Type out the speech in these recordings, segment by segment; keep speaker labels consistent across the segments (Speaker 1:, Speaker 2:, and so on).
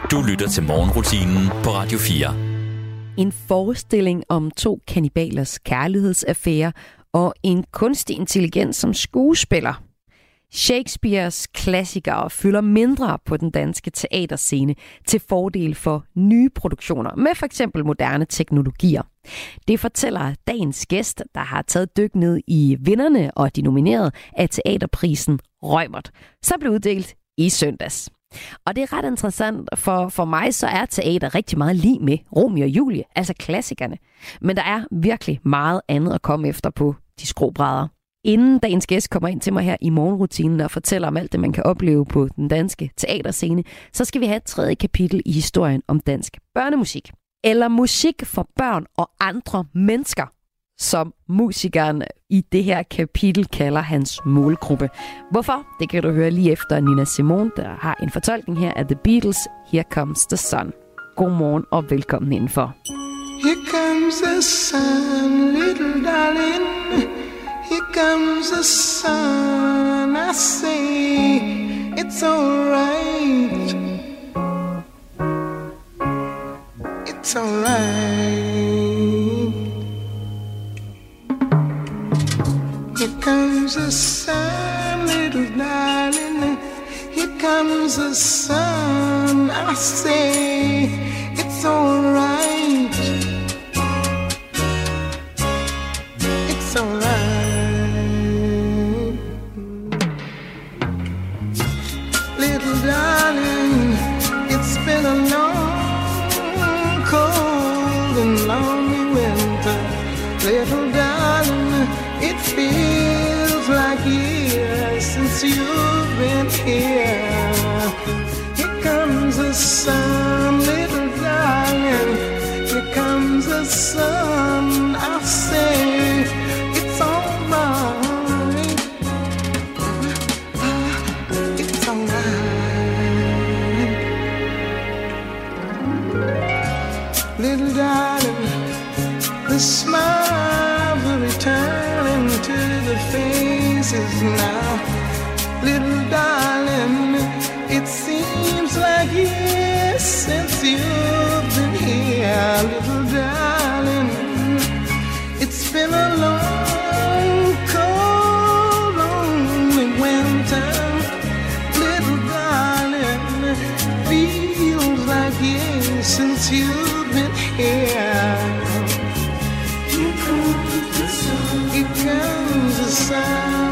Speaker 1: Du lytter til morgenrutinen på Radio 4.
Speaker 2: En forestilling om to kannibalers kærlighedsaffære og en kunstig intelligens som skuespiller. Shakespeares klassikere fylder mindre på den danske teaterscene til fordel for nye produktioner med for eksempel moderne teknologier. Det fortæller dagens gæst, der har taget dyk ned i vinderne og de nominerede af teaterprisen Reumert, som blev uddelt i søndags. Og det er ret interessant, for mig så er teater rigtig meget lig med Romeo og Julie, altså klassikerne. Men der er virkelig meget andet at komme efter på de skrobrædder. Inden dagens gæst kommer ind til mig her i morgenrutinen og fortæller om alt det, man kan opleve på den danske teaterscene, så skal vi have et tredje kapitel i historien om dansk børnemusik. Eller musik for børn og andre mennesker, som musikeren i det her kapitel kalder hans målgruppe. Hvorfor? Det kan du høre lige efter Nina Simone, der har en fortolkning her af The Beatles, Here Comes the Sun. Godmorgen og velkommen indenfor.
Speaker 3: Here comes the sun, little darling. Here comes the sun. I say it's alright. It's alright. Here comes the sun, little darling. Here comes the sun. I say it's alright. It's alright. Little darling, it's been a long, cold and lonely winter. Little darling, it feels like years since you've been here. Here comes the sun, little darling. Here comes the sun. I say it's alright. It's alright. Little darling, the smiles are returning to the faces now. Little darling, it seems like years since you've been here. Little darling, it's been a long, cold, lonely winter. Little darling, feels like years since you've been here. Here comes the sun. Here comes the sun.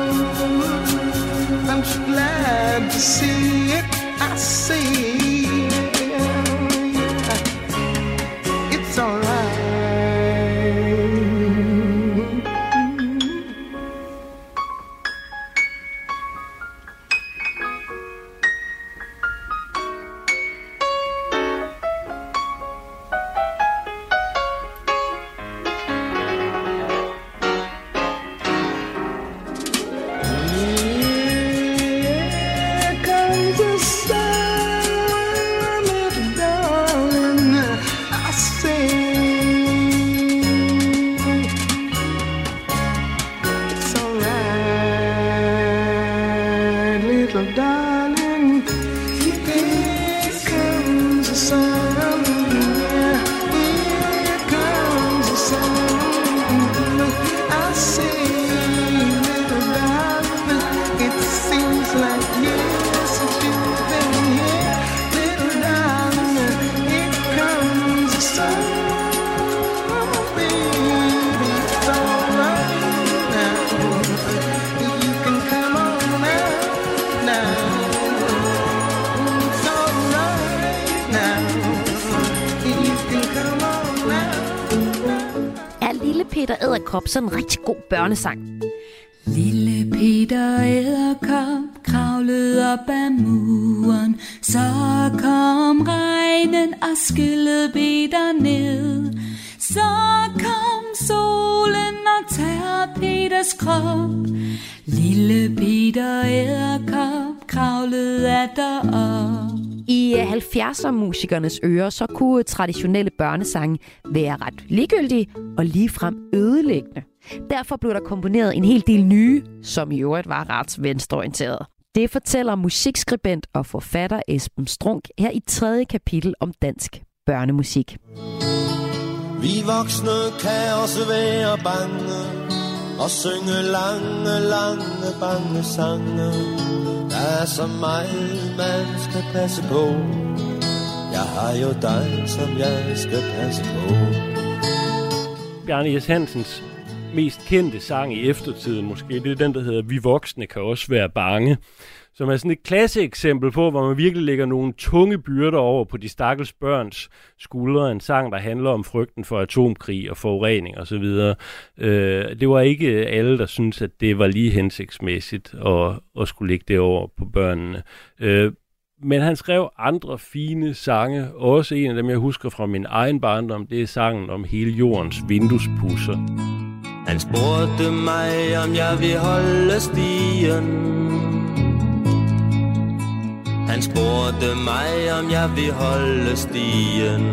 Speaker 3: I'm so glad to see it. I see it's alright.
Speaker 2: Peter Edderkop, sådan en rigtig god børnesang.
Speaker 4: Lille Peter Edderkop kravlede op ad muren, så kom regnen og skyllede Peter ned. Så kom solen og tørrede Peters krop. Lille Peter Edderkop kravlede derop.
Speaker 2: I 70'er-musikernes ører, så kunne traditionelle børnesange være ret ligegyldige og ligefrem ødelæggende. Derfor blev der komponeret en hel del nye, som i øvrigt var ret venstreorienterede. Det fortæller musikskribent og forfatter Esben Strunk her i 3. kapitel om dansk børnemusik.
Speaker 3: Vi voksne kan også være bange og synge lange, lange, bange sange. Der er så meget, man skal passe på. Jeg har jo dig, som jeg skal passe på.
Speaker 5: Bjarne S. Hansens mest kendte sang i eftertiden måske, det er den, der hedder Vi voksne kan også være bange, som er sådan et klasseeksempel på, hvor man virkelig lægger nogle tunge byrder over på de stakkels børns skuldre. En sang, der handler om frygten for atomkrig og forurening osv. Det var ikke alle, der syntes, at det var lige hensigtsmæssigt at skulle lægge det over på børnene. Men han skrev andre fine sange. Også en af dem, jeg husker fra min egen barndom, det er sangen om hele jordens vinduespudser.
Speaker 3: Han spurgte mig, om jeg vil holde stien. Han spurgte mig, om jeg vil holde stien.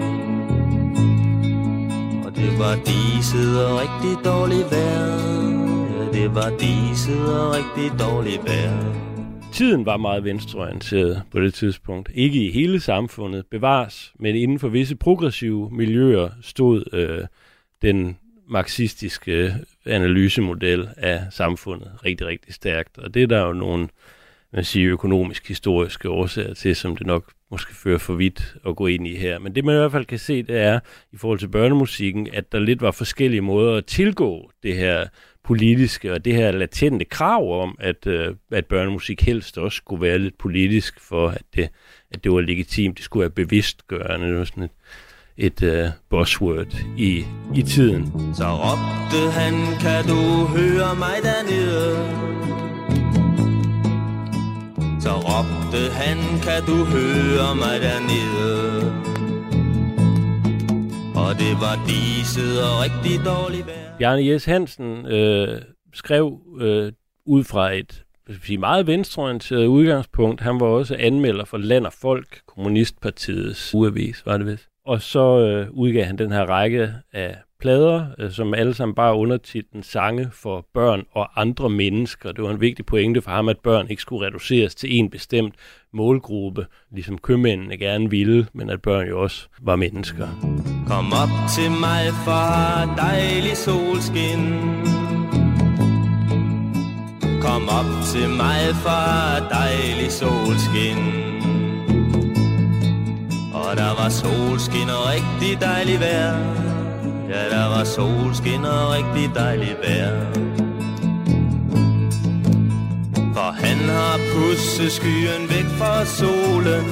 Speaker 3: Og det var diset og rigtig dårligt vejr. Det var diset og rigtig dårligt vejr.
Speaker 5: Tiden var meget venstreorienteret på det tidspunkt. Ikke i hele samfundet bevares, men inden for visse progressive miljøer stod den marxistiske analysemodel af samfundet rigtig, rigtig stærkt. Og det er der jo nogle økonomisk-historiske årsager til, som det nok måske fører for vidt at gå ind i her. Men det man i hvert fald kan se, det er, i forhold til børnemusikken, at der lidt var forskellige måder at tilgå det her politiske og det her latente krav om, at børnemusik helst også skulle være lidt politisk, for at det var legitimt. Det skulle være bevidstgørende. Det var sådan et buzzword i tiden.
Speaker 3: Så råbte han, kan du høre mig dernede? Så råbte han, kan du høre mig dernede? Og det var diset og rigtig dårligt vejr.
Speaker 5: Bjarne S. Hansen skrev ud fra et meget venstreorienteret udgangspunkt. Han var også anmelder for Land og Folk, Kommunistpartiets ugeavis, var det vist. Og så udgav han den her række af plader, som alle sammen bare undertitlen Sange for børn og andre mennesker. Det var en vigtig pointe for ham, at børn ikke skulle reduceres til en bestemt målgruppe, ligesom købmændene gerne ville, men at børn jo også var mennesker.
Speaker 3: Kom op til mig for dejlig solskin. Kom op til mig for dejlig solskin. Og der var solskin og rigtig dejligt vejr. Ja, der var solskin og rigtig dejligt vejr. For han har pusset skyen væk fra solen.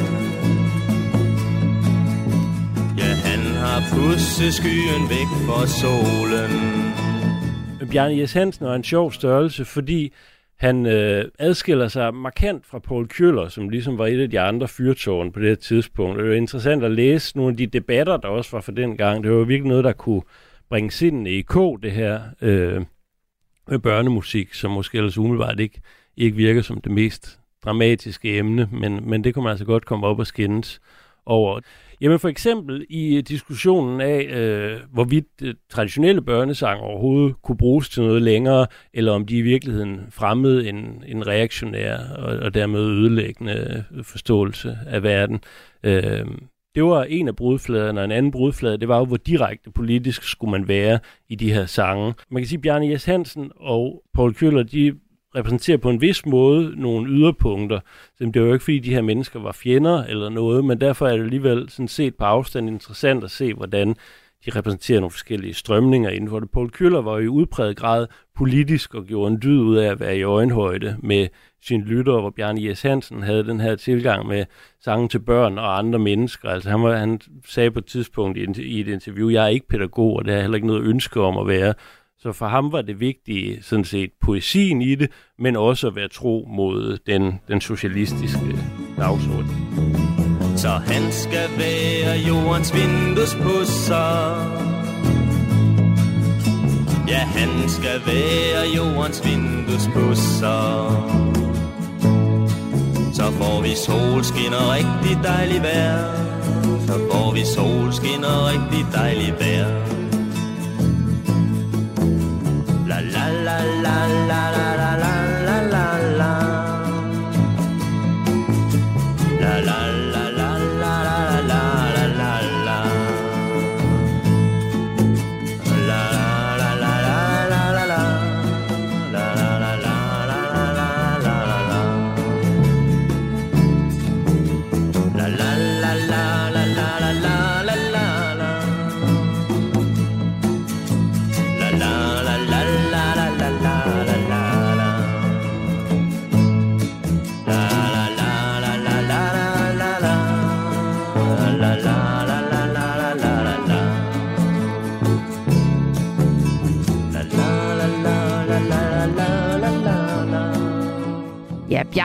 Speaker 3: Ja, han har pusset skyen væk fra solen.
Speaker 5: Bjarne S. Hansen er en sjov størrelse, fordi han adskiller sig markant fra Poul Kjøller, som ligesom var et af de andre fyrtårne på det her tidspunkt. Det var interessant at læse nogle af de debatter, der også var for den gang. Det var virkelig noget, der kunne bringe sindene i kog, det her med børnemusik, som måske ellers umiddelbart ikke virker som det mest dramatiske emne, men det kunne man altså godt komme op og skændes over. Jamen for eksempel i diskussionen af, hvorvidt traditionelle børnesang overhovedet kunne bruges til noget længere, eller om de i virkeligheden fremmede en reaktionær og dermed ødelæggende forståelse af verden. Det var en af brudfladerne, og en anden brudflade, det var jo, hvor direkte politisk skulle man være i de her sange. Man kan sige, at Bjarne S. Hansen og Poul Kjøller, de repræsenterer på en vis måde nogle yderpunkter. Det var jo ikke, fordi de her mennesker var fjender eller noget, men derfor er det alligevel sådan set på afstand interessant at se, hvordan de repræsenterer nogle forskellige strømninger inden for det. Poul Kjøller var jo i udpræget grad politisk og gjorde en dyd ud af at være i øjenhøjde med sine lyttere, hvor Bjarne S. Hansen havde den her tilgang med sange til børn og andre mennesker. Altså han sagde på et tidspunkt i et interview, jeg er ikke pædagog, og det har heller ikke noget ønske om at være. Så for ham var det vigtige sådan set poesien i det, men også at være tro mod den socialistiske dagsorden.
Speaker 3: Så han skal være jordens vinduespudser. Ja, han skal være jordens vinduespudser. Så får vi solskin og rigtig dejligt vejr. Så får vi solskin og rigtig dejligt vejr. La la la la la la la la la.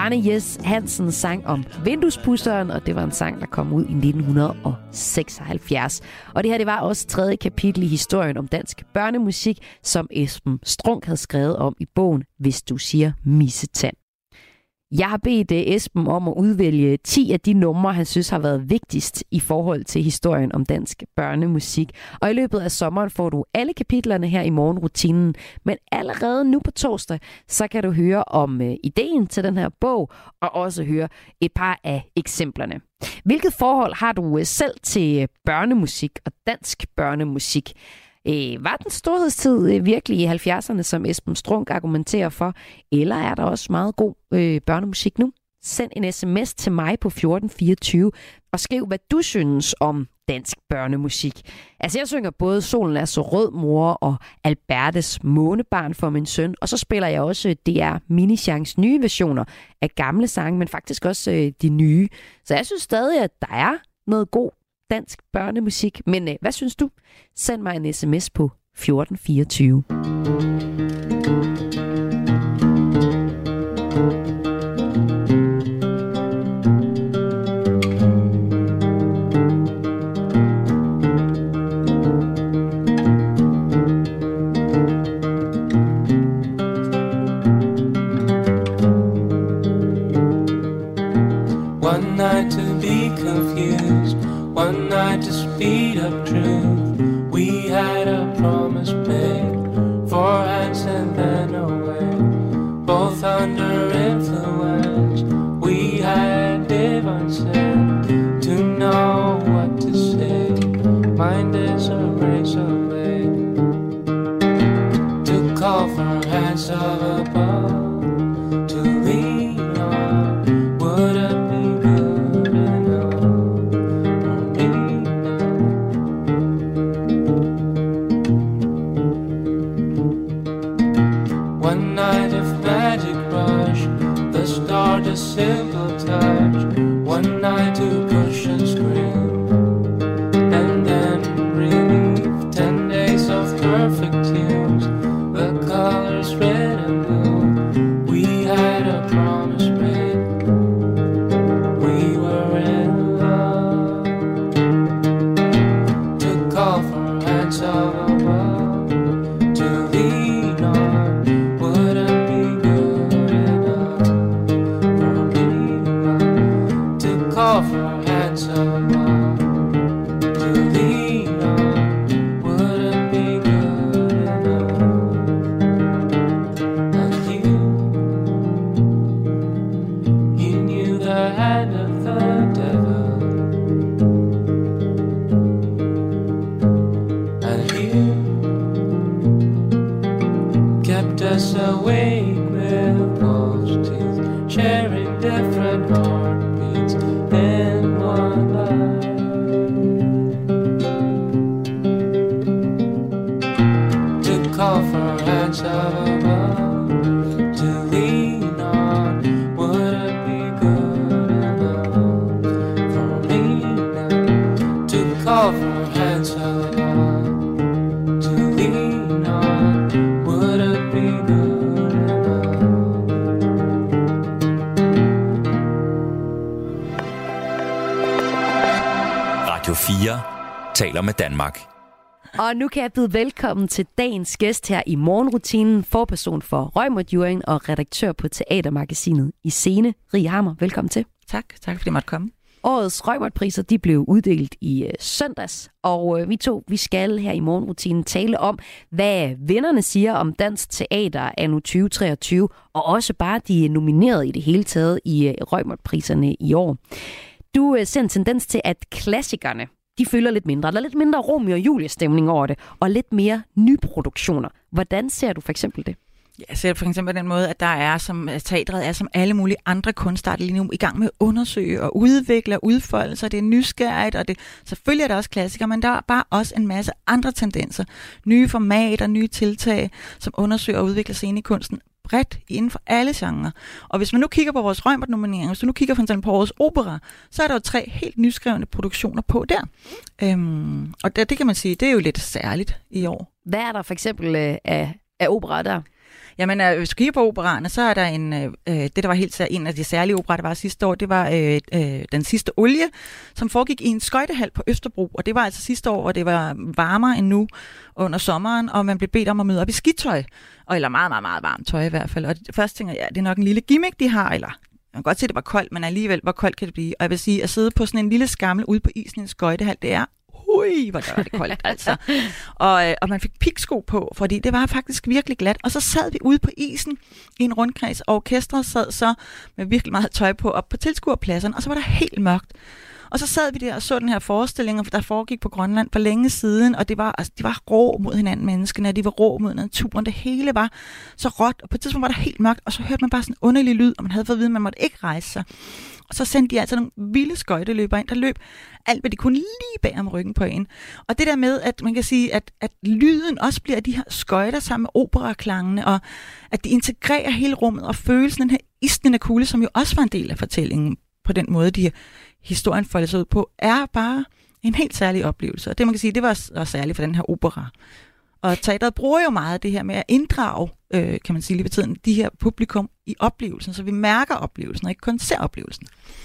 Speaker 2: Bjarne Jes Hansen sang om vinduespudseren, og det var en sang, der kom ud i 1976. Og det her, det var også tredje kapitel i historien om dansk børnemusik, som Esben Strunk havde skrevet om i bogen Hvis du siger missetand. Jeg har bedt Esben om at udvælge 10 af de numre, han synes har været vigtigst i forhold til historien om dansk børnemusik. Og i løbet af sommeren får du alle kapitlerne her i morgenrutinen. Men allerede nu på torsdag, så kan du høre om ideen til den her bog, og også høre et par af eksemplerne. Hvilket forhold har du selv til børnemusik og dansk børnemusik? Var den storhedstid virkelig i 70'erne, som Esben Strunk argumenterer for? Eller er der også meget god børnemusik nu? Send en sms til mig på 1424 og skriv, hvad du synes om dansk børnemusik. Altså, jeg synger både Solen er så rød, mor, og Albertes Månebarn for min søn. Og så spiller jeg også DR Minichance nye versioner af gamle sange, men faktisk også de nye. Så jeg synes stadig, at der er noget god dansk børnemusik. Men hvad synes du? Send mig en sms på 1424.
Speaker 6: One night to be confused, one night to speed up truth. We had a promise made, 4 hands and then away. Both under influence, we had divine sense to know what to say. Mind is a razor blade to call for hands of above, to lean on. Would it be good enough for me now? One night of magic rush, the start a simple touch. One night to push and scream, and then relief. 10 days of perfect tunes, the colors red and blue. We had a promise made, we were in love. To call for hands of above, to lean on. Would it be good enough for me now? To call for hands of above, to lean on. Would it be good enough? And you knew the hand of the devil, and you kept us awake with false teeth, sharing different heartbeats in one life. To call for hands of above, to lean on. Would it be good enough for me now? To call for hands of above, to lean on. Would it be good enough?
Speaker 1: Radio 4 taler med Danmark.
Speaker 2: Og nu kan jeg byde velkommen til dagens gæst her i morgenrutinen, forperson for Reumert-juryen og redaktør på teatermagasinet I Scene. Rie Hammer, velkommen til.
Speaker 7: Tak fordi jeg måtte komme.
Speaker 2: Årets Reumert-priser, de blev uddelt i søndags, og vi skal her i morgenrutinen tale om, hvad vinderne siger om dansk teater anno 2023, og også bare de nominerede i det hele taget i Reumert-priserne i år. Du ser en tendens til, at klassikerne, de føler lidt mindre. Der er lidt mindre Romeo og Julie-stemning over det, og lidt mere nyproduktioner. Hvordan ser du for eksempel det?
Speaker 7: Jeg ser for eksempel den måde, at der er teatret er som alle mulige andre kunstarter lige nu i gang med at undersøge og udvikle og udfolde sig. Det er nysgerrigt, og selvfølgelig er der også klassikere, men der er bare også en masse andre tendenser. Nye formater, nye tiltag, som undersøger og udvikler scenekunsten bredt inden for alle genrer. Og hvis man nu kigger på vores Reumert-nominering, hvis du nu kigger for eksempel på vores opera, så er der jo 3 helt nyskrevne produktioner på der. Og det kan man sige, det er jo lidt særligt i år.
Speaker 2: Hvad er der for eksempel af opera der?
Speaker 7: Jamen, hvis du kigger på operaerne, så er der det, der var helt en af de særlige operaer, der var sidste år, det var Den sidste olie, som foregik i en skøjtehal på Østerbro, og det var altså sidste år, hvor det var varmere end nu under sommeren, og man blev bedt om at møde op i skitøj, eller meget, meget, meget varmt tøj i hvert fald. Og først tænker jeg, det er nok en lille gimmick, de har, eller man kan godt se, at det var koldt, men alligevel, hvor koldt kan det blive? Og jeg vil sige, at sidde på sådan en lille skammel ude på isen i en skøjtehal, det er hvor der var det koldt, altså. Og man fik piksko på, fordi det var faktisk virkelig glat. Og så sad vi ude på isen i en rundkreds, og orkestret sad så med virkelig meget tøj på op på tilskuerpladserne, og så var der helt mørkt. Og så sad vi der og så den her forestilling, der foregik på Grønland for længe siden, og de var rå mod hinanden, menneskene, og de var rå mod naturen. Det hele var så råt, og på et tidspunkt var der helt mørkt, og så hørte man bare sådan en underlig lyd, og man havde fået at vide, at man måtte ikke rejse sig. Og så sendte de altså nogle vilde skøjteløbere ind, der løb alt, hvad de kunne lige bag om ryggen på en. Og det der med, at man kan sige, at lyden også bliver de her skøjter sammen med operaklangene, og at de integrerer hele rummet, og følelsen den her isnende kugle, som jo også var en del af fortællingen på den måde, de historien folder sig ud på, er bare en helt særlig oplevelse. Og det man kan sige, det var også særligt for den her opera. Og teatret bruger jo meget det her med at inddrage, kan man sige lige ved tiden, de her publikum i oplevelsen, så vi mærker oplevelsen, og ikke kun ser oplevelsen.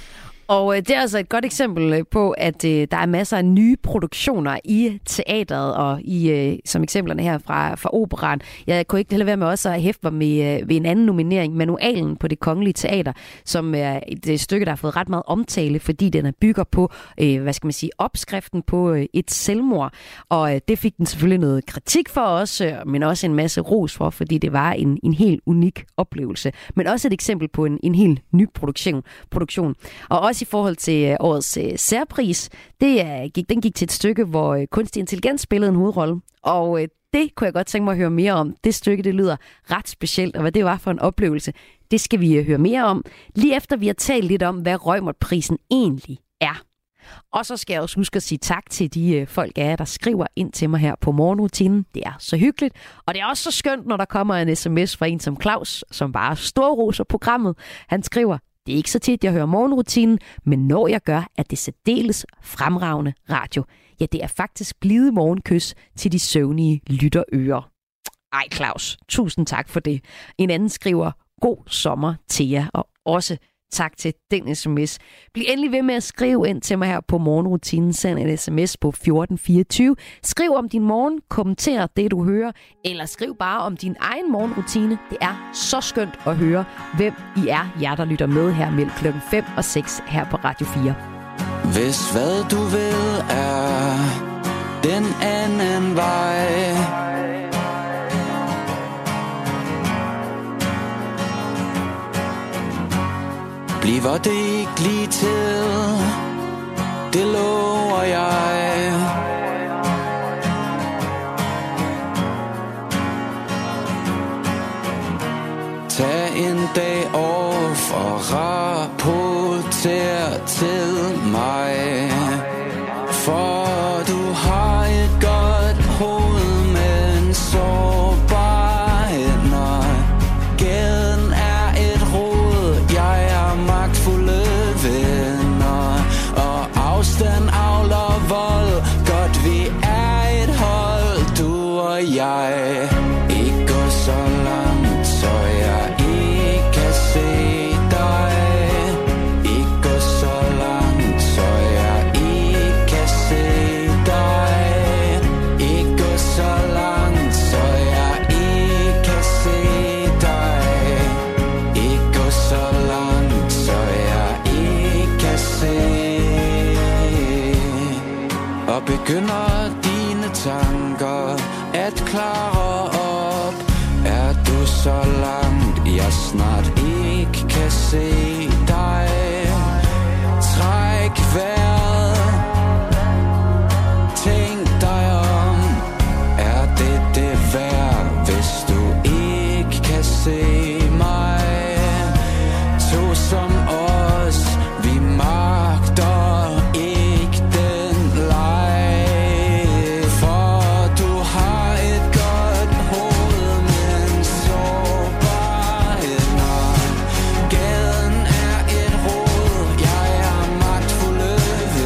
Speaker 2: Og det er altså et godt eksempel på, at der er masser af nye produktioner i teatret, og som eksemplerne her fra operaen. Jeg kunne ikke heller være med også at hæfte mig ved en anden nominering, Manualen på Det Kongelige Teater, som er et stykke, der har fået ret meget omtale, fordi den er bygger på, opskriften på et selvmord. Og det fik den selvfølgelig noget kritik for os, men også en masse ros for, fordi det var en helt unik oplevelse. Men også et eksempel på en helt ny produktion. Og også i forhold til årets særpris, den gik til et stykke, hvor kunstig intelligens spillede en hovedrolle. Og det kunne jeg godt tænke mig at høre mere om. Det stykke, det lyder ret specielt, og hvad det var for en oplevelse, det skal vi høre mere om, lige efter vi har talt lidt om, hvad Reumertprisen egentlig er. Og så skal jeg også huske at sige tak til de folk af jer, der skriver ind til mig her på morgenrutinen. Det er så hyggeligt, og det er også så skønt, når der kommer en sms fra en som Claus, som bare storroser programmet. Han skriver: det er ikke så tit, jeg hører morgenrutinen, men når jeg gør, er det særdeles fremragende radio. Ja, det er faktisk blide morgenkys til de søvnige lytterører. Ej, Claus, tusind tak for det. En anden skriver: god sommer til jer, og også tak til den sms. Bliv endelig ved med at skrive ind til mig her på morgenrutinen. Send en sms på 1424. Skriv om din morgen, kommenter det, du hører, eller skriv bare om din egen morgenrutine. Det er så skønt at høre, hvem I er, jer der lytter med her mellem klokken 5 og 6 her på Radio 4.
Speaker 8: Hvis hvad du vil er den anden vej, bliver det ikke lige til, det lover jeg. Tag en dag off og rapporter til mig, for du har et godt hoved, men sårbarhed, når gaden er et rod. Jeg er magtfulde venner, og afstand avler vold. Godt vi er et hold, du og jeg. Ikke gå så langt, så jeg ikke kan se dig. Ikke gå så langt, så jeg ikke kan se dig. Ikke gå så langt, så jeg ikke kan se dig. Ikke gå så langt, så jeg ikke kan se. Og begynder dine tanker at klare op. Er du så langt, jeg snart ikke kan se dig. Træk vejret, tænk dig om. Er det værd, hvis du ikke kan se mig? To som os, vi magter ikke den leg. For du har et godt hoved, men sårbarhed, når gaden er et rod. Jeg er magtfulde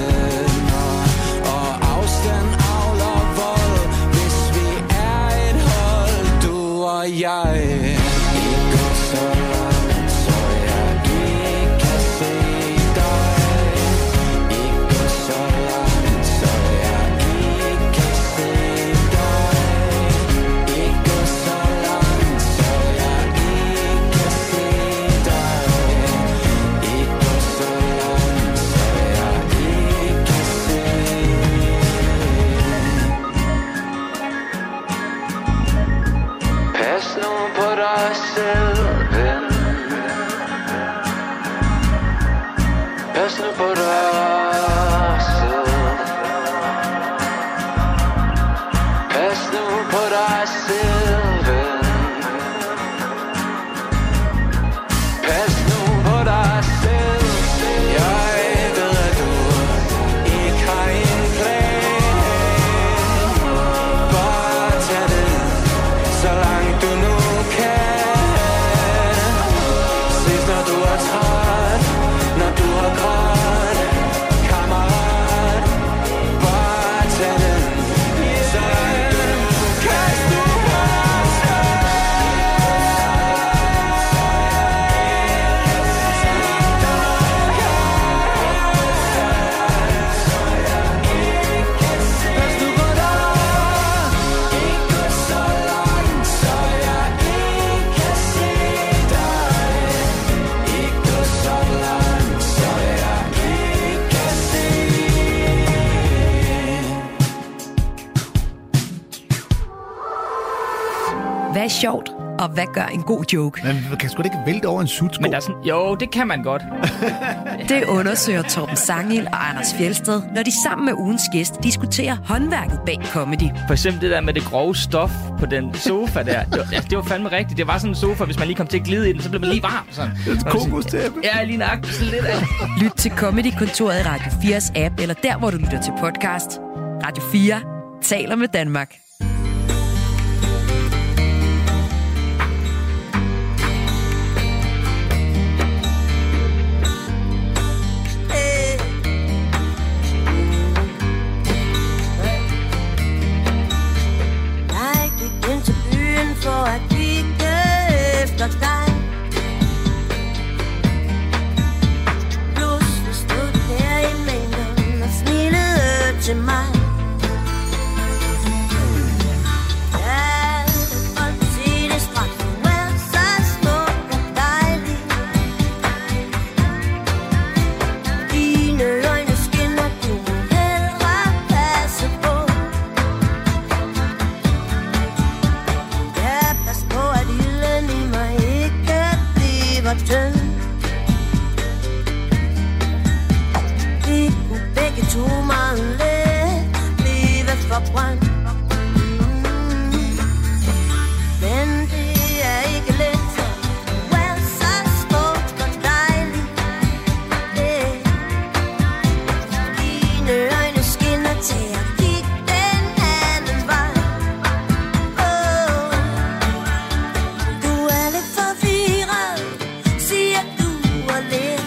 Speaker 2: er sjovt, og hvad gør en god joke?
Speaker 9: Man kan sgu da ikke vælte over en sutsko.
Speaker 10: Men der er sådan, jo, det kan man godt.
Speaker 2: Det undersøger Torben Sangil og Anders Fjeldsted, når de sammen med ugens gæst diskuterer håndværket bag comedy.
Speaker 10: For eksempel det der med det grove stof på den sofa der. Det var fandme rigtigt. Det var sådan en sofa, hvis man lige kom til at glide i den, så blev man lige varm. Sådan.
Speaker 9: Det er kokostæppe.
Speaker 10: Ja, lige nøjagtigt. Sådan lidt af.
Speaker 2: Lyt til Comedy-kontoret i Radio 4's app, eller der, hvor du lytter til podcast. Radio 4 taler med Danmark.
Speaker 11: For at kigge efter dig. Pludselig stod du der i mængden og smilede til mig. Ja, folk siger det straks, du er så smuk og dejlig. Dine øjne skinner, du må hellere passe på. Vi kunne begge to meget let blive forbrændt. Men det er ikke let, for du er så smuk og dejlig. Dine øjne skinner til at kigge den anden vej. Du er lidt forvirret, siger du og lidt.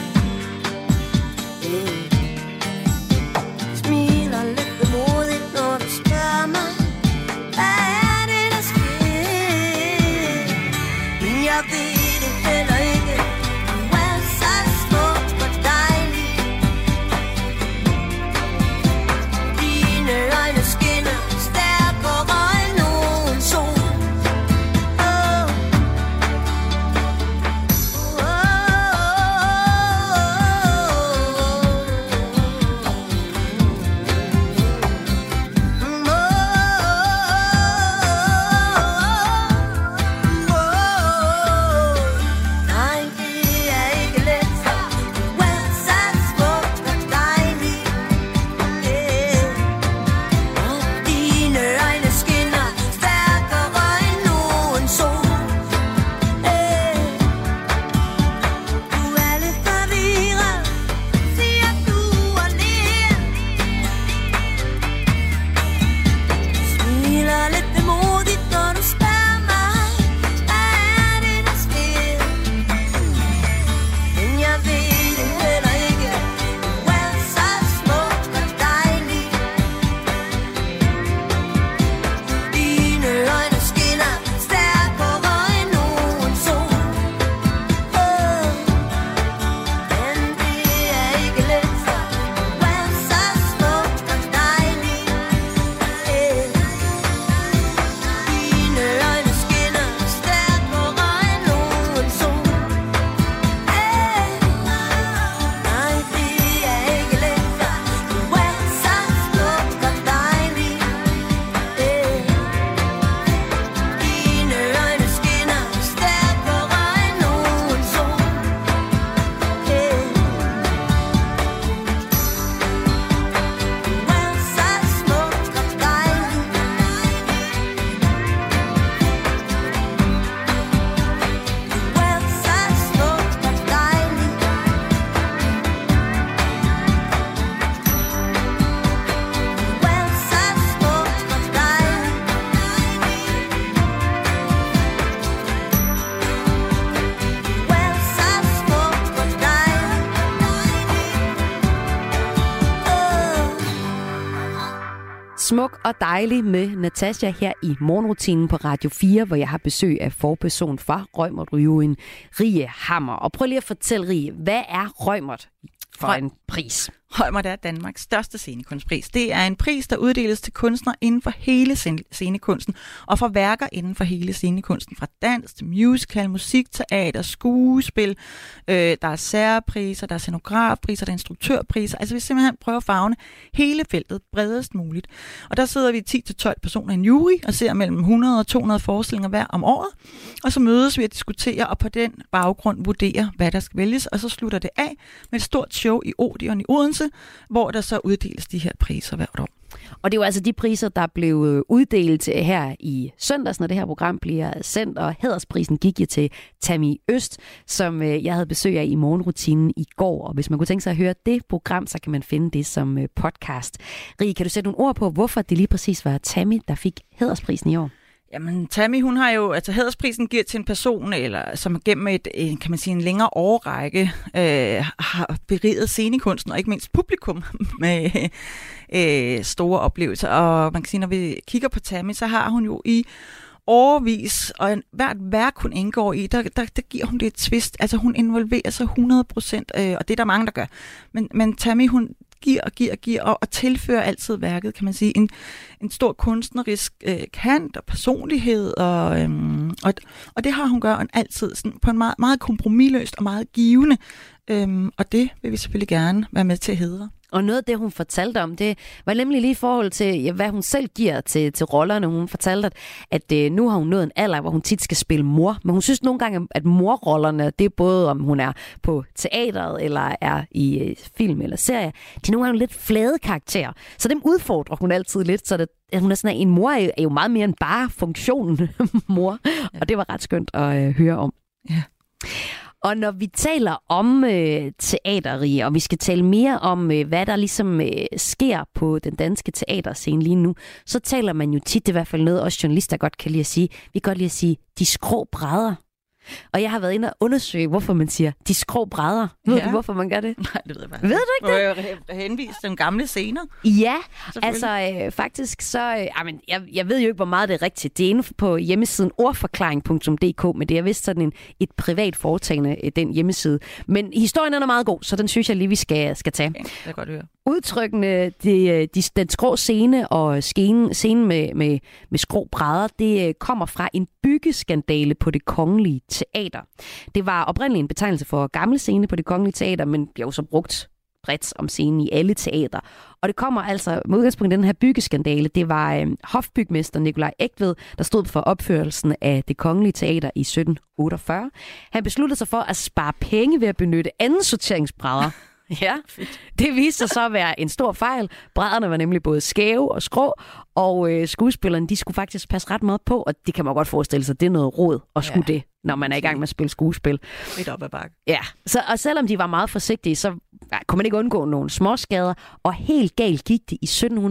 Speaker 11: Smiler lidt bemodigt, når du spørger mig, hvad er det, der sker? Men jeg ved det heller ikke, du er så smuk og dejlig. Dine øjne skinner stærkere end nogen sol.
Speaker 2: Smuk og dejlig med Natasha her i morgenrutinen på Radio 4, hvor jeg har besøg af forperson fra Reumert Ryggen, Rie Hammer. Og prøv lige at fortælle, Rie, hvad er Reumert for en pris.
Speaker 7: Holmert er Danmarks største scenekunstpris. Det er en pris, der uddeles til kunstnere inden for hele scenekunsten, og for værker inden for hele scenekunsten, fra dans til musical, musik, teater, skuespil. Der er særpriser, der er scenografpriser, der er instruktørpriser. Altså vi simpelthen prøver at favne hele feltet bredest muligt. Og der sidder vi 10-12 personer i en jury og ser mellem 100 og 200 forestillinger hver om året. Og så mødes vi at diskutere og på den baggrund vurdere, hvad der skal vælges. Og så slutter det af med et stort show i Odeon i Odense, hvor der så uddeles de her priser hvert år.
Speaker 2: Og det er jo altså de priser, der blev uddelt her i søndags, når det her program bliver sendt, og hædersprisen gik jo til Tammy Øst, som jeg havde besøg af i morgenrutinen i går. Og hvis man kunne tænke sig at høre det program, så kan man finde det som podcast. Rie, kan du sætte nogle ord på, hvorfor det lige præcis var Tammy, der fik hædersprisen i år?
Speaker 7: Jamen, Tammy, hun har jo, altså hædersprisen giver til en person, eller som gennem kan man sige, en længere årrække har beriget scenekunsten, og ikke mindst publikum med store oplevelser. Og man kan sige, når vi kigger på Tammy, så har hun jo i årevis, og hvert værk, hun indgår i, der giver hun det et twist. Altså, hun involverer sig 100%, og det er der mange, der gør. Men Tammy, hun giver og tilfører altid værket, kan man sige, en stor kunstnerisk kant og personlighed, og det har hun gjort altid sådan, på en meget, meget kompromisløst og meget givende, og det vil vi selvfølgelig gerne være med til at hædre.
Speaker 2: Og noget af det, hun fortalte om, det var nemlig lige i forhold til, hvad hun selv giver til rollerne. Hun fortalte, at nu har hun nået en alder, hvor hun tit skal spille mor. Men hun synes nogle gange, at morrollerne, det er både om hun er på teateret, eller er i film eller serie, de er nogle gange lidt flade karakterer. Så dem udfordrer hun altid lidt, så hun er sådan, en mor er jo meget mere end bare funktionen mor. Og det var ret skønt at høre om.
Speaker 7: Ja.
Speaker 2: Og når vi taler om teater, og vi skal tale mere om, hvad der ligesom sker på den danske teaterscene lige nu, så taler man jo tit, det er i hvert fald noget, også journalister godt kan lide at sige, vi kan godt lide at sige, de skrå brædder. Og jeg har været inde og undersøge, hvorfor man siger, de skrå brædder. Ved du, hvorfor man gør det?
Speaker 7: Nej, det ved jeg bare.
Speaker 2: Ved du ikke det?
Speaker 7: Må jeg henvise til gamle scener?
Speaker 2: Ja, altså faktisk så... jeg ved jo ikke, hvor meget det er rigtigt. Det er inde på hjemmesiden ordforklaring.dk, men det er vist sådan et privat foretagende, den hjemmeside. Men historien er meget god, så den synes jeg lige, vi skal tage.
Speaker 7: Okay, det kan godt høre.
Speaker 2: Udtrykkene, den skrå scene og scenen med skrå brædder, det kommer fra en byggeskandale på Det Kongelige Teater. Det var oprindeligt en betegnelse for gamle scene på Det Kongelige Teater, men bliver jo så brugt bredt om scenen i alle teater. Og det kommer altså med udgangspunkt i den her byggeskandale. Det var hofbygmester Nikolaj Eigtved, der stod for opførelsen af Det Kongelige Teater i 1748. Han besluttede sig for at spare penge ved at benytte anden sorteringsbrædder. Ja, det viste sig så at være en stor fejl. Brædderne var nemlig både skæve og skrå, og skuespillerne, de skulle faktisk passe ret meget på, og det kan man godt forestille sig, det er noget råd at skulle det, når man er i gang med at spille skuespil.
Speaker 7: Lidt op ad bakke.
Speaker 2: Ja, og selvom de var meget forsigtige, så kunne man ikke undgå nogle småskader, og helt galt gik det i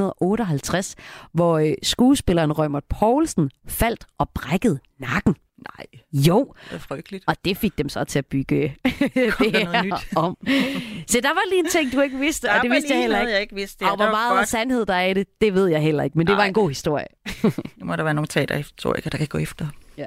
Speaker 2: 1758, hvor skuespilleren Reumert Poulsen faldt og brækkede nakken.
Speaker 7: Nej.
Speaker 2: Jo.
Speaker 7: Det er frygteligt.
Speaker 2: Og det fik dem så til at bygge det her om. Så der var lige en ting, du ikke vidste, og det vidste jeg heller ikke.
Speaker 7: Jeg ikke vidste.
Speaker 2: Og hvor meget sandhed der er i det, det ved jeg heller ikke. Men det var en god historie.
Speaker 7: Nu må der være nogle teaterhistorikere, der kan gå efter.
Speaker 2: Ja.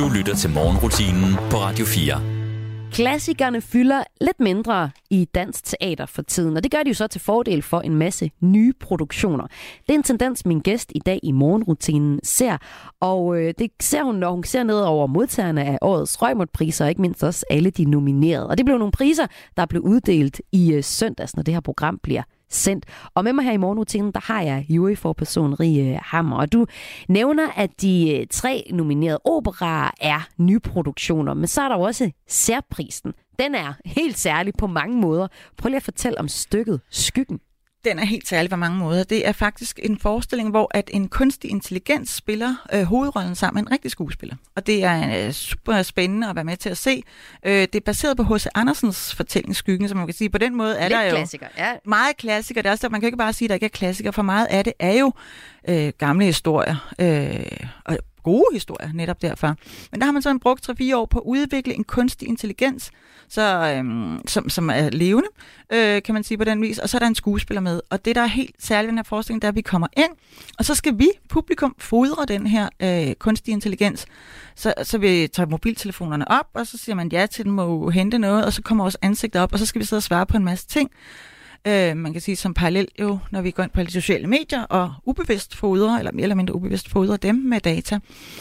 Speaker 1: Du lytter til morgenrutinen på Radio 4.
Speaker 2: Klassikerne fylder lidt mindre i dansk teater for tiden, og det gør de jo så til fordel for en masse nye produktioner. Det er en tendens, min gæst i dag i morgenrutinen ser, og det ser hun, når hun ser ned over modtagerne af årets Reumert-priser, og ikke mindst også alle de nominerede. Og det blev nogle priser, der blev uddelt i søndags, når det her program bliver sendt. Og med mig her i morgenrutinen, der har jeg juryforperson Rie Hammer. Og du nævner, at de 3 nominerede operaer er nyproduktioner, men så er der jo også særprisen. Den er helt særlig på mange måder. Prøv lige at fortælle om stykket Skyggen.
Speaker 7: Den er helt særlig på mange måder. Det er faktisk en forestilling, hvor at en kunstig intelligens spiller hovedrollen sammen med en rigtig skuespiller. Og det er super spændende at være med til at se. Det er baseret på H.C. Andersens fortælling Skyggen, som man kan sige. På den måde er
Speaker 2: lidt
Speaker 7: der jo
Speaker 2: klassiker, ja.
Speaker 7: Meget klassiker. Det er også, man kan ikke bare sige, at der ikke er klassiker. For meget af det er jo gamle historier og gode historier, netop derfor. Men der har man så brugt 3-4 år på at udvikle en kunstig intelligens, som er levende, kan man sige på den vis, og så er der en skuespiller med. Og det, der er helt særligt i den her forestilling, det er, at vi kommer ind, og så skal vi, publikum, fodre den her kunstig intelligens. Så vi tager mobiltelefonerne op, og så siger man ja til, den må hente noget, og så kommer vores ansigt op, og så skal vi sidde og svare på en masse ting. Man kan sige som parallel jo, når vi går ind på de sociale medier og ubevidst fodrer, eller mere eller mindre ubevidst fodrer dem med data.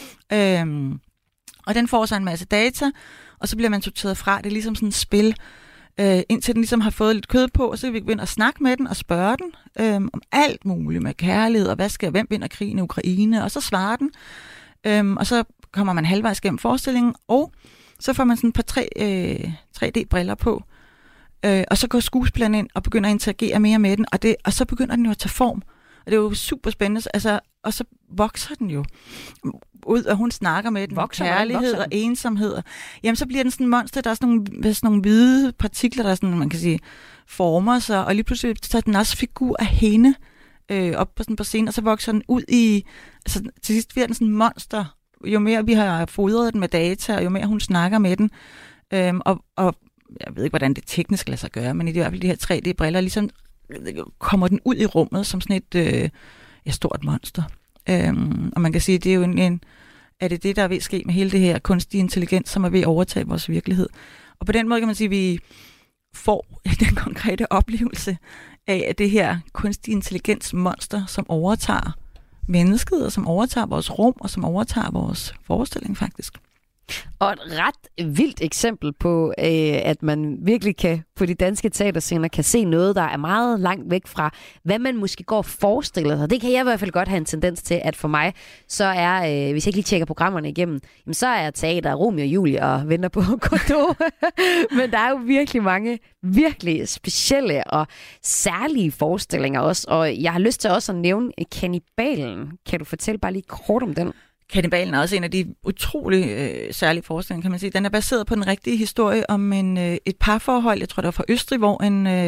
Speaker 7: Og den får så en masse data, og så bliver man sorteret fra. Det er ligesom sådan et spil, indtil den ligesom har fået lidt kød på, og så kan vi gå ind og snakke med den og spørge den om alt muligt med kærlighed, og hvem vinder krigen i Ukraine, og så svarer den. Og så kommer man halvvejs gennem forestillingen, og så får man sådan et par 3D-briller på, og så går skuespilleren ind og begynder at interagere mere med den, og så begynder den jo at tage form. Og det er jo super spændende, altså, og så vokser den jo ud, og hun snakker med den, kærlighed og ensomhed. Jamen, så bliver den sådan en monster, der er sådan nogle hvide partikler, der sådan, man kan sige, former sig, og lige pludselig tager den også figur af hende op på scenen, og så vokser den ud i, altså til sidst bliver den sådan en monster. Jo mere vi har fodret den med data, og jo mere hun snakker med den, og jeg ved ikke, hvordan det teknisk lader sig gøre, men i hvert fald de her 3D-briller, ligesom kommer den ud i rummet som sådan et stort monster. Og man kan sige, det er jo er det, der er ved at ske med hele det her kunstige intelligens, som er ved at overtage vores virkelighed. Og på den måde kan man sige, at vi får den konkrete oplevelse af det her kunstige intelligens monster, som overtager mennesket, og som overtager vores rum, og som overtager vores forestilling faktisk.
Speaker 2: Og et ret vildt eksempel på, at man virkelig kan på de danske teaterscener kan se noget, der er meget langt væk fra, hvad man måske går og forestiller sig. Det kan jeg i hvert fald godt have en tendens til, at for mig, så er, hvis jeg ikke lige tjekker programmerne igennem, jamen, så er teater Romeo og Julie og venter på Godot. Men der er jo virkelig mange virkelig specielle og særlige forestillinger også. Og jeg har lyst til også at nævne Kannibalen. Kan du fortælle bare lige kort om den?
Speaker 7: Kannibalen er også en af de utrolig særlige forestillinger, kan man sige. Den er baseret på den rigtige historie om et parforhold, jeg tror det var fra Østrig, hvor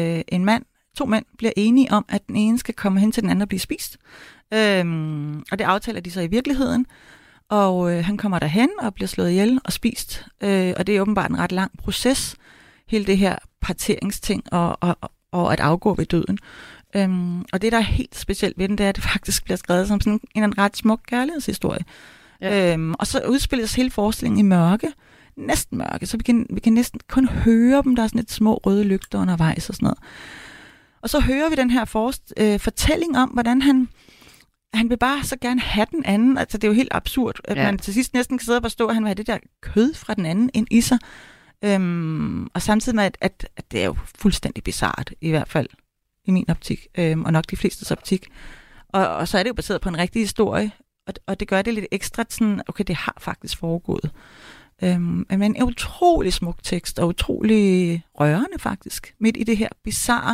Speaker 7: to mænd bliver enige om, at den ene skal komme hen til den anden og blive spist. Og det aftaler de så i virkeligheden. Og han kommer derhen og bliver slået ihjel og spist. Og det er åbenbart en ret lang proces, hele det her parteringsting og at afgå ved døden. Og det, der er helt specielt ved den, det er, at det faktisk bliver skrevet som sådan en ret smuk kærlighedshistorie. Ja. Og så udspilles hele forestillingen i mørke, næsten mørke, så vi kan næsten kun høre dem, der er sådan et små røde lygter undervejs og sådan noget. Og så hører vi den her fortælling om, hvordan han vil bare så gerne have den anden. Altså det er jo helt absurd, at man til sidst næsten kan sidde og forstå, at han vil have det der kød fra den anden ind i sig. Og samtidig med, at det er jo fuldstændig bizarrt, i hvert fald i min optik, og nok de flestes optik. Og så er det jo baseret på en rigtig historie, og det gør det lidt ekstra sådan, okay, det har faktisk foregået. Men en utrolig smuk tekst, og utrolig rørende faktisk, midt i det her bizarre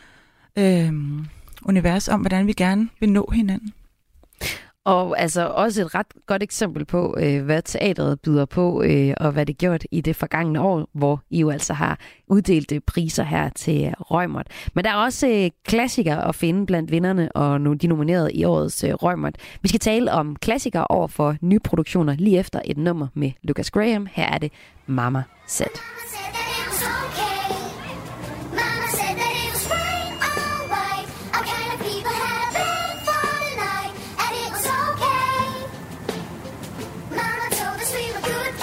Speaker 7: univers om, hvordan vi gerne vil nå hinanden.
Speaker 2: Og altså også et ret godt eksempel på, hvad teatret byder på, og hvad det gjort i det forgangne år, hvor I jo altså har uddelt priser her til Reumert. Men der er også klassikere at finde blandt vinderne og de nominerede i årets Reumert. Vi skal tale om klassikere over for nye produktioner lige efter et nummer med Lucas Graham. Her er det Mama Said.
Speaker 11: Good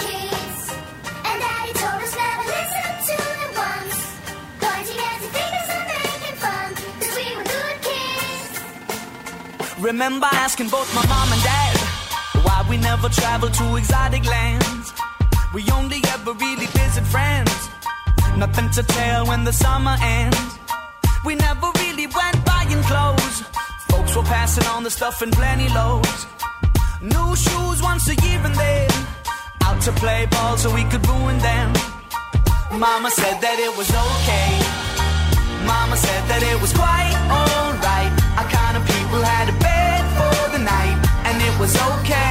Speaker 8: Remember asking both my mom and dad why we never traveled to exotic lands. We only ever really visit friends. Nothing to tell when the summer ends. We never really went buying clothes. Folks were passing on the stuff in plenty loads. New shoes once a year and then out to play ball so we could ruin them. Mama said that it was okay. Mama said that it was quite alright. Our kind of people had a bed for the night, and it was okay.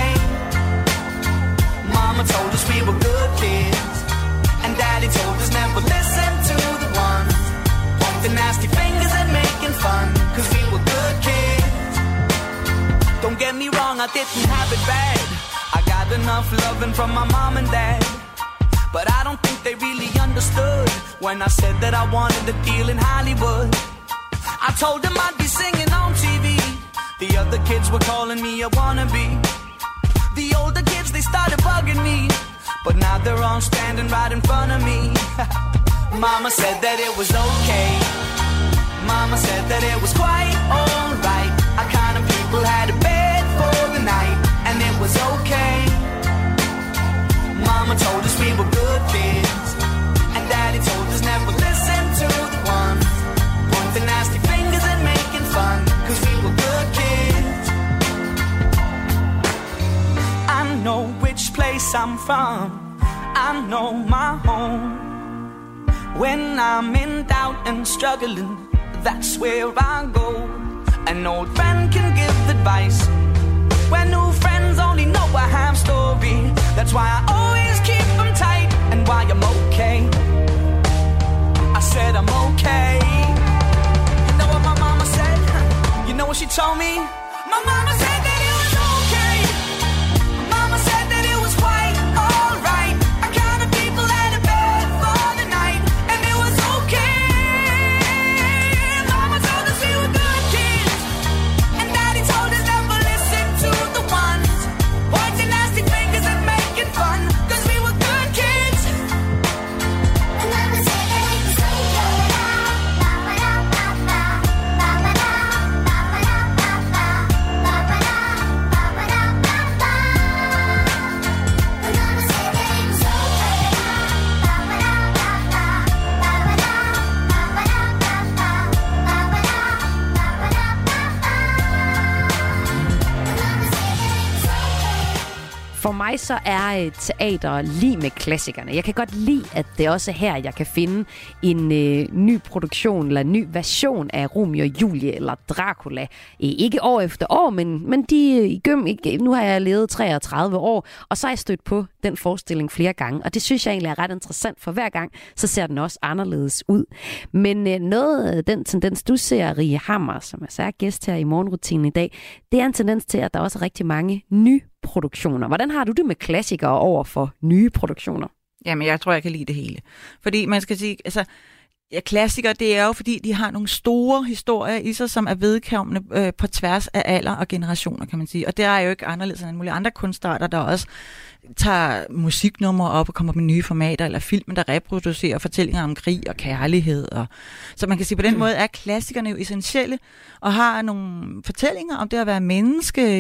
Speaker 8: Mama told us we were good kids, and Daddy told us never listen to the ones pointing nasty fingers and making fun, cause we were good kids. Don't get me wrong, I didn't have it bad. I got enough loving from my mom and dad, but I don't think they really understood when I said that I wanted a deal in Hollywood. I told them I'd be singing on TV. The other kids were calling me a wannabe. The older kids, they started bugging me, but now they're all standing right in front of me. Mama said that it was okay. Mama said that it was quite alright. Our kind of people had a bed for the night, and it was okay. Mama told us we were good kids, and Daddy told us never listen to the ones pointing nasty fingers and making fun, cause we were good kids. I know which place I'm from, I know my home. When I'm in doubt and struggling, that's where I go. An old friend can give advice when new friends only know a half story. That's why I always keep them tight, and why I'm okay. I said I'm okay. You know what my mama said? You know what she told me? My mama said that it was okay. Mama said that it was quite alright. Our kind of people had a bed for the night, and it was okay. Mama told us we were good kids, and Daddy told us never listen to the ones pointing nasty fingers and making fun, cause we were good kids. And Mama said that it was
Speaker 2: For mig så er teater lige med klassikerne. Jeg kan godt lide, at det også er her, jeg kan finde en ny produktion eller en ny version af Romeo og Julie eller Dracula. Ikke år efter år, men nu har jeg levet 33 år, og så har jeg stødt på den forestilling flere gange. Og det synes jeg egentlig er ret interessant, for hver gang så ser den også anderledes ud. Men noget af den tendens, du ser, Rie Hammer, som er gæst her i morgenrutinen i dag, det er en tendens til, at der også er rigtig mange nye produktioner. Hvordan har du det med klassikere over for nye produktioner?
Speaker 7: Jamen, jeg tror, jeg kan lide det hele. Fordi man skal sige, altså, ja, klassikere, det er jo, fordi de har nogle store historier i sig, som er vedkommende på tværs af alder og generationer, kan man sige. Og det er jo ikke anderledes end mulige andre kunstarter, der også tager musiknumre op og kommer med nye formater, eller filmen, der reproducerer fortællinger om krig og kærlighed. Så man kan sige, på den måde er klassikerne jo essentielle, og har nogle fortællinger om det at være menneske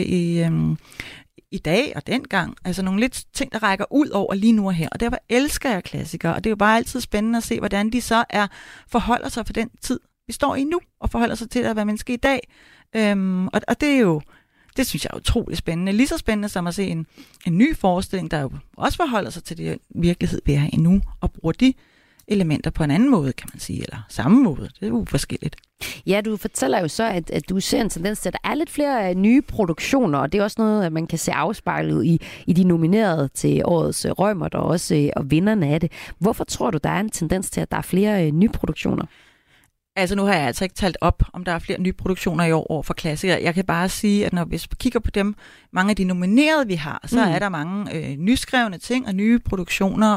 Speaker 7: i dag og dengang. Altså nogle lidt ting, der rækker ud over lige nu og her. Og derfor elsker jeg klassikere, og det er jo bare altid spændende at se, hvordan de så forholder sig for den tid, vi står i nu, og forholder sig til at være menneske i dag. Og det er jo, det synes jeg er utrolig spændende. Lige så spændende som at se en ny forestilling, der jo også forholder sig til den virkelighed, vi er i nu, og bruger de elementer på en anden måde, kan man sige, eller samme måde. Det er jo forskelligt.
Speaker 2: Ja, du fortæller jo så, at du ser en tendens til, at der er lidt flere nye produktioner, og det er også noget, man kan se afspejlet i de nominerede til årets Reumert, og også og vinderne af det. Hvorfor tror du, der er en tendens til, at der er flere nye produktioner?
Speaker 7: Altså nu har jeg altså ikke talt op, om der er flere nye produktioner i år over for klassikere. Jeg kan bare sige, at når vi kigger på dem, mange af de nominerede, vi har, så er der mange nyskrevne ting og nye produktioner.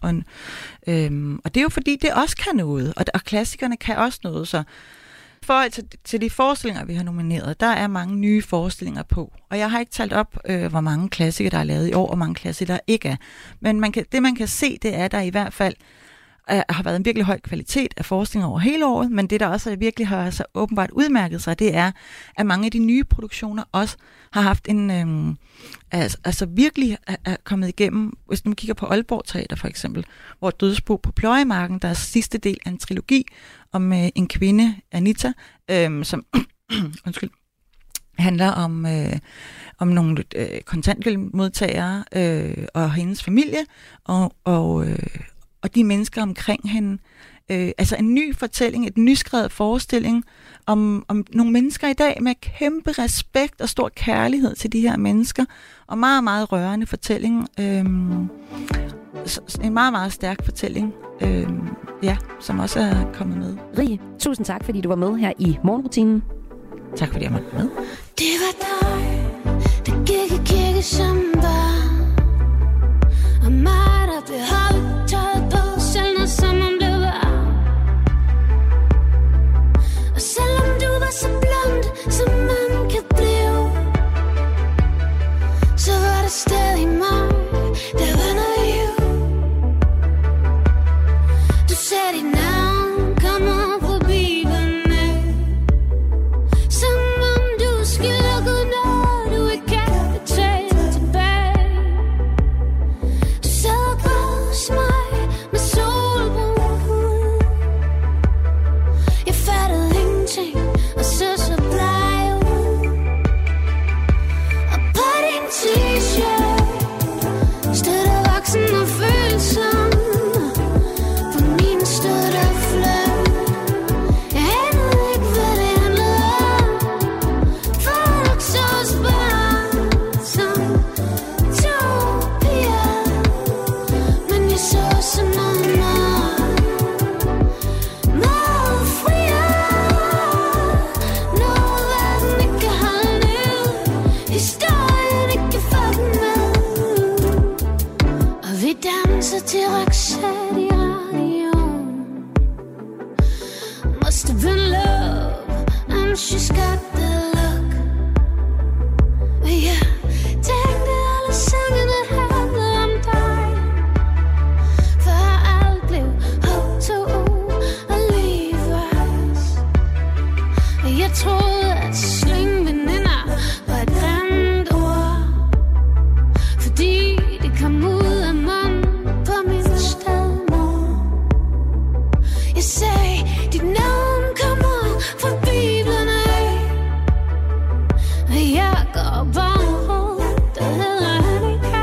Speaker 7: Og det er jo fordi, det også kan noget, og klassikerne kan også noget. Så for til de forestillinger, vi har nomineret, der er mange nye forestillinger på. Og jeg har ikke talt op, hvor mange klassikere, der er lavet i år, og hvor mange klassikere, der ikke er. Men det, man kan se, det er, der i hvert fald har været en virkelig høj kvalitet af forskning over hele året, men det, der også virkelig har så åbenbart udmærket sig, det er, at mange af de nye produktioner også har haft en, altså virkelig er kommet igennem, hvis man kigger på Aalborg Teater for eksempel, hvor Dødsbo på Pløjemarken, der er sidste del af en trilogi om en kvinde, Anita, som handler om nogle kontanthjælpsmodtagere og hendes familie, og de mennesker omkring hende. Altså en ny fortælling, et nyskrevet forestilling om nogle mennesker i dag med kæmpe respekt og stor kærlighed til de her mennesker, og meget, meget rørende fortælling. En meget, meget stærk fortælling, som også er kommet med.
Speaker 2: Rie, tusind tak, fordi du var med her i morgenrutinen.
Speaker 7: Tak fordi jeg måtte med.
Speaker 11: Det var dig, der gik i kirke som barn, og mig, der blev holdt tøjet på, selv når sommeren blev varm. Og selvom du var så blond, som man kan blive, så var det stadig mig, der var naiv. Du sagde dit navn, kommer forbi vende, som om du skylder Gud noget, du ikke kan betale tilbage. Du sad og græd hos mig med solbrun hud. Jeg fattede ingenting og så så bleg ud. Og på din t-shirt stod der voksen og følsom. På min stod der fløj. Jeg anede ikke, hvad det handlede om. Folk så os bare som to piger, men jeg så så noget meget friere. Noget verden ikke kan holde ud, historien ikke kan fucke med. Og vi danser til Roxette i radioen. Must have been love, and she's got the look. Og jeg tænkte alle sangene handlede om dig, for alt blev H2O og Levi's. Og jeg troede, at slyngveninder var et grimt ord, fordi det kom ud af munden på min stedmor. Jeg sagde, dit navn kommer fra Bibelen af, og jeg går bare rundt og hedder Annika.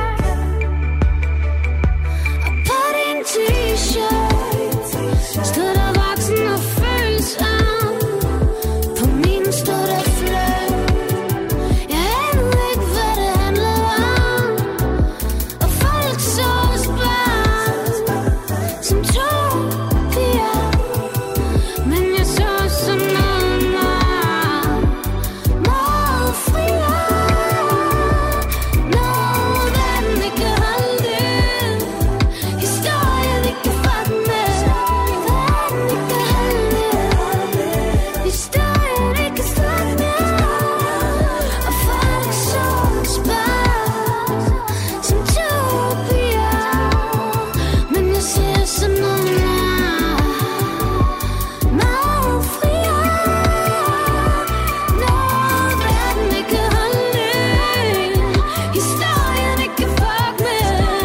Speaker 11: Og på din t-shirt stod der voksen og følsom. På min stod der fløj. Jeg anede ikke, hvad det handlede om. Og folk så os bare som to piger, men jeg så som noget meget, meget friere. Noget verden ikke kan holde ud, historien ikke kan fucke med. Verden ikke kan holde ud, historien ikke kan fucke med. Og folk så os bare som to piger, men jeg ser som noget meget friere. Noget verden ikke kan holde ud, historien ikke kan fucke med.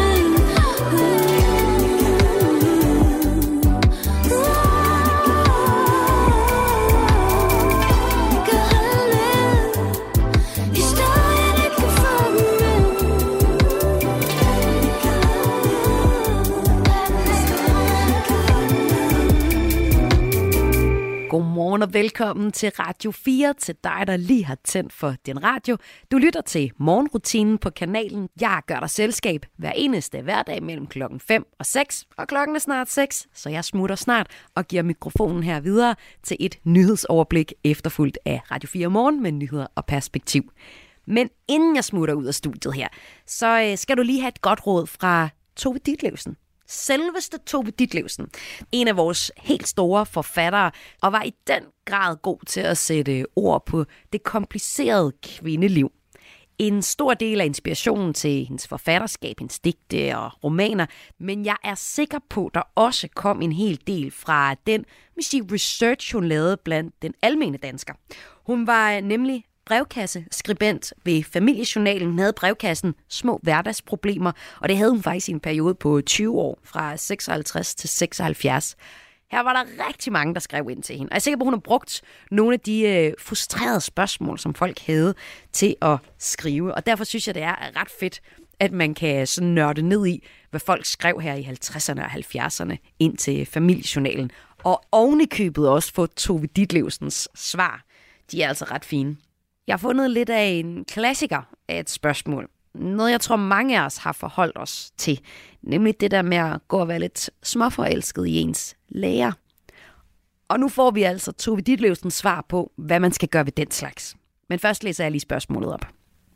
Speaker 2: Godmorgen og velkommen til Radio 4, til dig, der lige har tændt for din radio. Du lytter til morgenrutinen på kanalen. Jeg gør dig selskab hver eneste hverdag mellem klokken 5 og 6, og klokken er snart 6, så jeg smutter snart og giver mikrofonen her videre til et nyhedsoverblik efterfulgt af Radio 4 Morgen med nyheder og perspektiv. Men inden jeg smutter ud af studiet her, så skal du lige have et godt råd fra Tove Ditlevsen. Selveste Tove Ditlevsen, en af vores helt store forfattere, og var i den grad god til at sætte ord på det komplicerede kvindeliv. en stor del af inspirationen til hendes forfatterskab, hendes digte og romaner, men jeg er sikker på, at der også kom en hel del fra den research, hun lavede blandt den almene dansker. Hun var nemlig brevkasseskribent ved Familiejournalen. Hun havde brevkassen Små hverdagsproblemer, og det havde hun faktisk i en periode på 20 år, fra 56 til 76. Her var der rigtig mange, der skrev ind til hende. Og jeg er sikker på, at hun har brugt nogle af de frustrerede spørgsmål, som folk havde til at skrive. Og derfor synes jeg, det er ret fedt, at man kan sådan nørde ned i, hvad folk skrev her i 50'erne og 70'erne ind til Familiejournalen. Og ovenikøbet også få Tove Ditlevsens svar. De er altså ret fine. Jeg har fundet lidt af en klassiker af et spørgsmål. Noget, jeg tror, mange af os har forholdt os til. Nemlig det der med at gå og være lidt småforelsket i ens lærer. Og nu får vi altså Tove Ditlevsens svar på, hvad man skal gøre ved den slags. Men først læser jeg lige spørgsmålet op.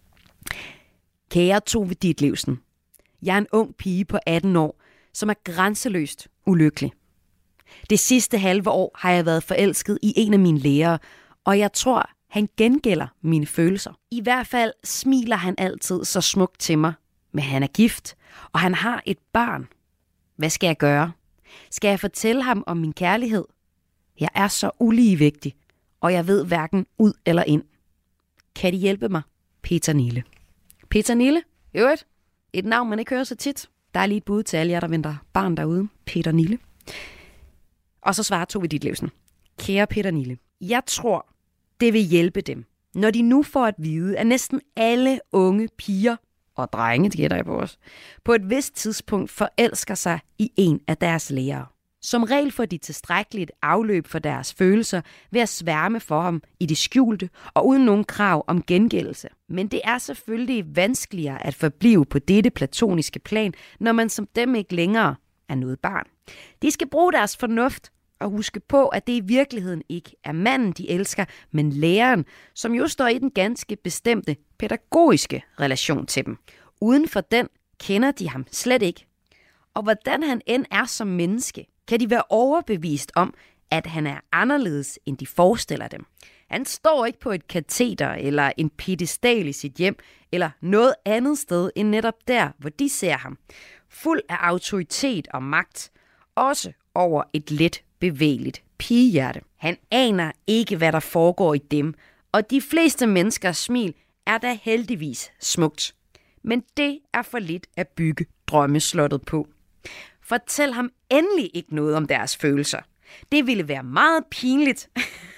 Speaker 2: Kære Tove Ditlevsen. Jeg er en ung pige på 18 år, som er grænseløst ulykkelig. Det sidste halve år har jeg været forelsket i en af mine lærere, og jeg tror, han gengælder mine følelser. I hvert fald smiler han altid så smukt til mig, men han er gift, og han har et barn. Hvad skal jeg gøre? Skal jeg fortælle ham om min kærlighed? Jeg er så uligevægtig, og jeg ved hverken ud eller ind. Kan de hjælpe mig? Peter Nille. Peter Nille? Øvrigt. Et navn, man ikke hører så tit. Der er lige et bud til alle jer, der venter barn derude. Peter Nille. Og så svarer Tove Ditlevsen. Kære Peter Nille, jeg tror, det vil hjælpe dem, når de nu får at vide, at næsten alle unge piger og drenge, det gætter jeg på os, på et vist tidspunkt forelsker sig i en af deres lærere. Som regel får de tilstrækkeligt afløb for deres følelser ved at sværme for ham i det skjulte og uden nogen krav om gengældelse. Men det er selvfølgelig vanskeligere at forblive på dette platoniske plan, når man som dem ikke længere er noget barn. De skal bruge deres fornuft og huske på, at det i virkeligheden ikke er manden, de elsker, men læreren, som jo står i den ganske bestemte pædagogiske relation til dem. Uden for den kender de ham slet ikke. Og hvordan han end er som menneske, kan de være overbevist om, at han er anderledes, end de forestiller dem. Han står ikke på et kateter eller en piedestal i sit hjem, eller noget andet sted end netop der, hvor de ser ham. Fuld af autoritet og magt, også over et let bevægeligt pigehjerte. Han aner ikke, hvad der foregår i dem, og de fleste menneskers smil er da heldigvis smukt. Men det er for lidt at bygge drømmeslottet på. Fortæl ham endelig ikke noget om deres følelser. Det ville være meget pinligt.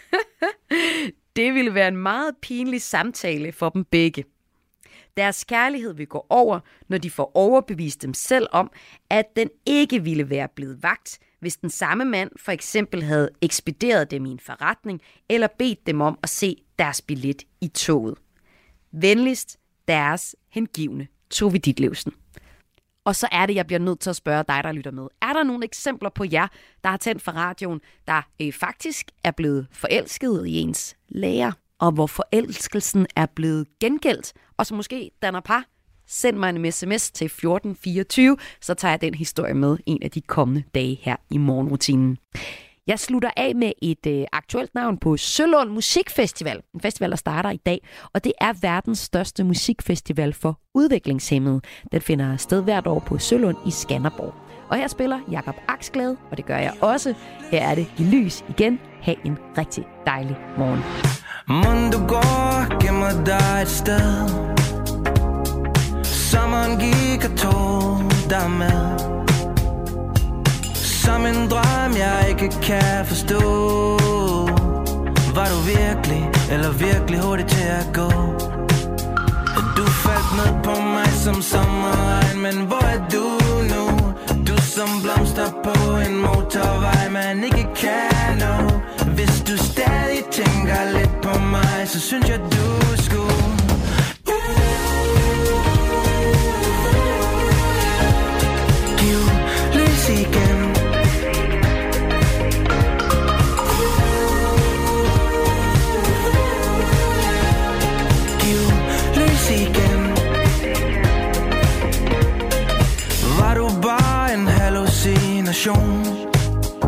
Speaker 2: Det ville være en meget pinlig samtale for dem begge. Deres kærlighed vil gå over, når de får overbevist dem selv om, at den ikke ville være blevet vagt, hvis den samme mand for eksempel havde ekspederet dem i en forretning eller bedt dem om at se deres billet i toget. Venligst deres hengivne Tove Ditlevsen. Og så er det, jeg bliver nødt til at spørge dig, der lytter med. Er der nogle eksempler på jer, der har tændt for radioen, der faktisk er blevet forelsket i ens lærer, og hvor forelskelsen er blevet gengældt, og så måske danner par? Send mig en sms til 1424, så tager jeg den historie med en af de kommende dage her i morgenrutinen. Jeg slutter af med et aktuelt navn på Sølund Musikfestival. En festival, der starter i dag, og det er verdens største musikfestival for udviklingshæmmede. Den finder sted hvert år på Sølund i Skanderborg. Og her spiller Jakob Aksglæde, og det gør jeg også. Her er det i lys igen. Ha' en rigtig dejlig morgen.
Speaker 8: Mon du går, gemmer dig et sted. Sommeren gik og tog dig med. Som en drøm, jeg ikke kan forstå. Var du virkelig, eller virkelig hurtigt til at gå? Du faldt ned på mig som sommerregn, men hvor er du nu? Du som blomster på en motorvej, man ikke kan nå. Hvis du stadig tænker lidt på mig, så synes jeg, du skulle giv lys igen. Var du bare en hallucination?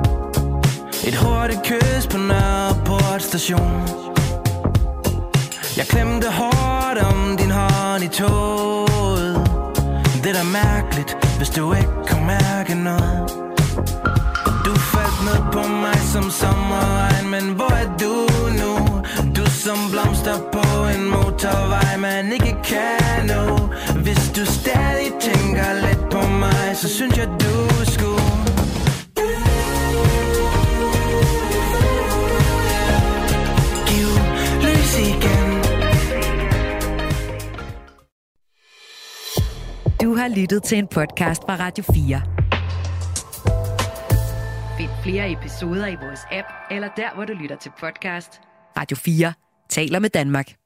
Speaker 8: Et hurtigt kys på Nørreport station. Jeg klemte hårdt om din hånd i toget. Det er da mærkeligt, hvis du ikke kan mærke noget. Du faldt ned på mig som sommerregn, men hvor er du nu? Du som blomster på en motorvej, man ikke kan nå. Hvis du stadig tænker lidt på mig, så synes jeg du skulle giv lys igen.
Speaker 2: Du har lyttet til en podcast fra Radio 4. Find flere episoder i vores app, eller der, hvor du lytter til podcast. Radio 4 taler med Danmark.